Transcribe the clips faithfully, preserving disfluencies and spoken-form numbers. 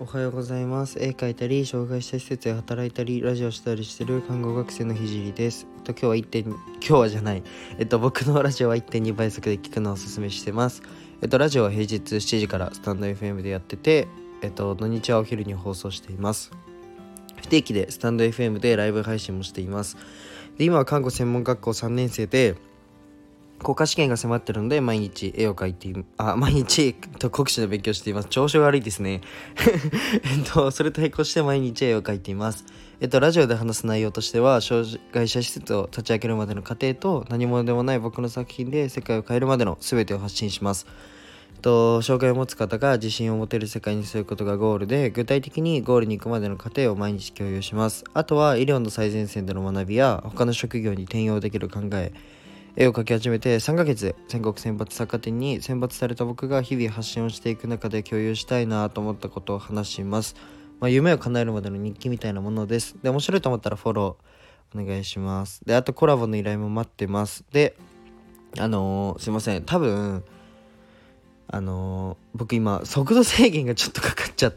おはようございます。絵描いたり、障害者施設で働いたり、ラジオしたりしてる看護学生のひじりです。えっと、今日は1点、今日はじゃない。えっと、僕のラジオは いってんに 倍速で聞くのをおすすめしてます。えっと、ラジオは平日しちじからスタンド エフエム でやってて、えっと、土日はお昼に放送しています。不定期でスタンド エフエム でライブ配信もしています。で、今は看護専門学校さんねん生で、国家試験が迫ってるので毎日絵を描いてあ毎日と国試の勉強しています。調子が悪いですねえっとそれと並行して毎日絵を描いています。えっとラジオで話す内容としては、障害者施設を立ち上げるまでの過程と、何者でもない僕の作品で世界を変えるまでの全てを発信します。えっと障害を持つ方が自信を持てる世界にすることがゴールで、具体的にゴールに行くまでの過程を毎日共有します。あとは医療の最前線での学びや他の職業に転用できる考え、絵を描き始めてさんかげつで全国選抜作家展に選抜された僕が日々発信をしていく中で共有したいなと思ったことを話します。まあ、夢を叶えるまでの日記みたいなものです。で、面白いと思ったらフォローお願いします。で、あとコラボの依頼も待ってます。で、あのー、すいません。多分、あのー、僕今速度制限がちょっとかかっちゃって、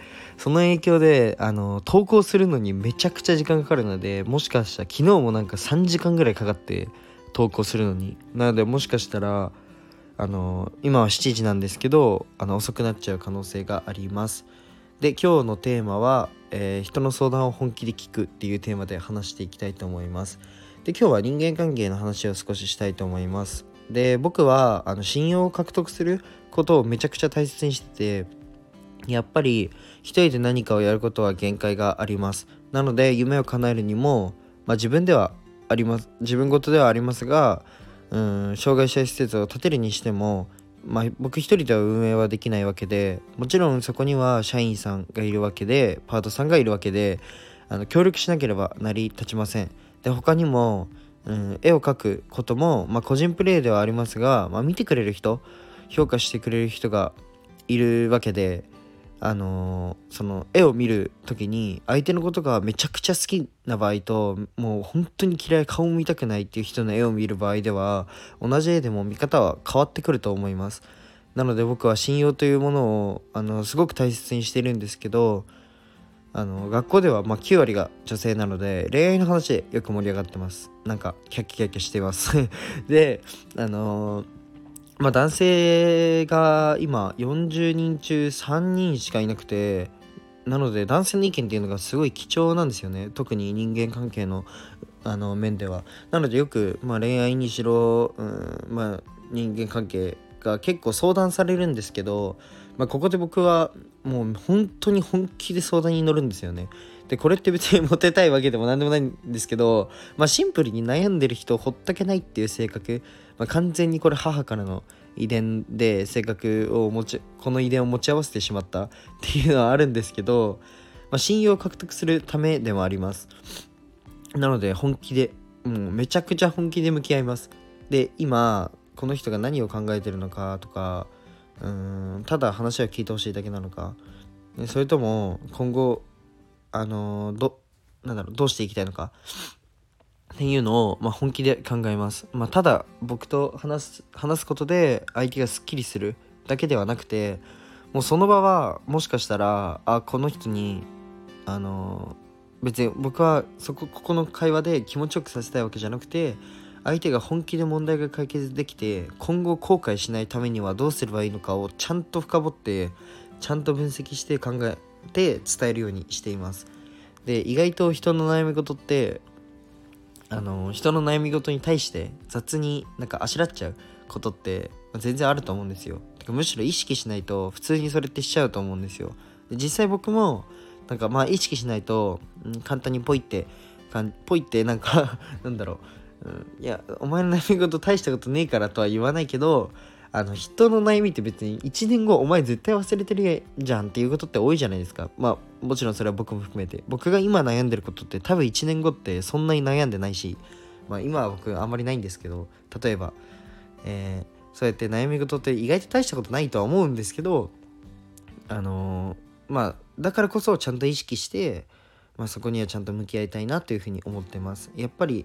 その影響で、あのー、投稿するのにめちゃくちゃ時間かかるので、もしかしたら昨日もなんかさんじかんぐらいかかって投稿するのに、なのでもしかしたらあの今はしちじなんですけど、あの遅くなっちゃう可能性があります。で、今日のテーマは、えー人の相談を本気で聞くっていうテーマで話していきたいと思います。で、今日は人間関係の話を少ししたいと思います。で、僕はあの信用を獲得することをめちゃくちゃ大切にしてて、やっぱり一人で何かをやることは限界があります。なので夢を叶えるにも、まあ、自分ではあります自分事ではありますが、うん障害者施設を建てるにしても、まあ、僕一人では運営はできないわけで、もちろんそこには社員さんがいるわけで、パートさんがいるわけで、あの協力しなければ成り立ちません。で、他にも、うん、絵を描くことも、まあ、個人プレイではありますが、まあ、見てくれる人、評価してくれる人がいるわけで、あのーその絵を見る時に相手のことがめちゃくちゃ好きな場合と、もう本当に嫌い、顔も見たくないっていう人の絵を見る場合では、同じ絵でも見方は変わってくると思います。なので僕は信用というものをあのすごく大切にしてるんですけど、あの学校ではまあきゅう割が女性なので、恋愛の話でよく盛り上がってます。なんかキャッキャキャッキャしていますで、あのーまあ男性が今よんじゅうにん中さんにんしかいなくて、なので男性の意見っていうのがすごい貴重なんですよね。特に人間関係のあの面では。なのでよく、まあ、恋愛にしろ、うん、まあ人間関係が結構相談されるんですけど、まあ、ここで僕はもう本当に本気で相談に乗るんですよね。で、これって別にモテたいわけでも何でもないんですけど、まあシンプルに悩んでる人をほっとけないっていう性格、まあ、完全にこれ母からの遺伝で性格を持ちこの遺伝を持ち合わせてしまったっていうのはあるんですけど、まあ、信用を獲得するためでもあります。なので本気で、もうめちゃくちゃ本気で向き合います。で、今この人が何を考えてるのかとか、うーんただ話を聞いてほしいだけなのか、それとも今後あのーどなんだろうどうしていきたいのかっていうのを、まあ、本気で考えます。まあ、ただ僕と話す話すことで相手がスッキリするだけではなくて、もうその場はもしかしたら、あこの人にあの別に僕はそこここの会話で気持ちよくさせたいわけじゃなくて、相手が本気で問題が解決できて今後後悔しないためにはどうすればいいのかをちゃんと深掘って、ちゃんと分析して考えて伝えるようにしています。で、意外と人の悩み事ってあの人の悩み事に対して雑になんかあしらっちゃうことって全然あると思うんですよ。てかむしろ意識しないと普通にそれってしちゃうと思うんですよ。で、実際僕もなんかまあ意識しないと、うん、簡単にポイってかんポイってなんかなんだろう、うん、いやお前の悩み事大したことねえからとは言わないけど、あの人の悩みって別にいちねんごお前絶対忘れてるじゃんっていうことって多いじゃないですか。まあもちろんそれは僕も含めて、僕が今悩んでることって多分いちねんごってそんなに悩んでないし、まあ今は僕あんまりないんですけど、例えば、えー、そうやって悩み事って意外と大したことないとは思うんですけど、あのーまあだからこそちゃんと意識して、まあ、そこにはちゃんと向き合いたいなというふうに思ってます。やっぱり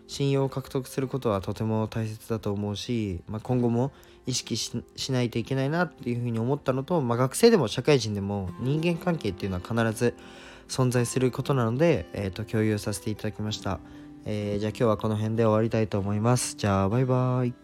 信用を獲得することはとても大切だと思うし、まあ、今後も意識 し, しないといけないなっていうふうに思ったのと、まあ、学生でも社会人でも人間関係っていうのは必ず存在することなので、えー、と共有させていただきました。えー、じゃあ今日はこの辺で終わりたいと思います。じゃあバイバイ。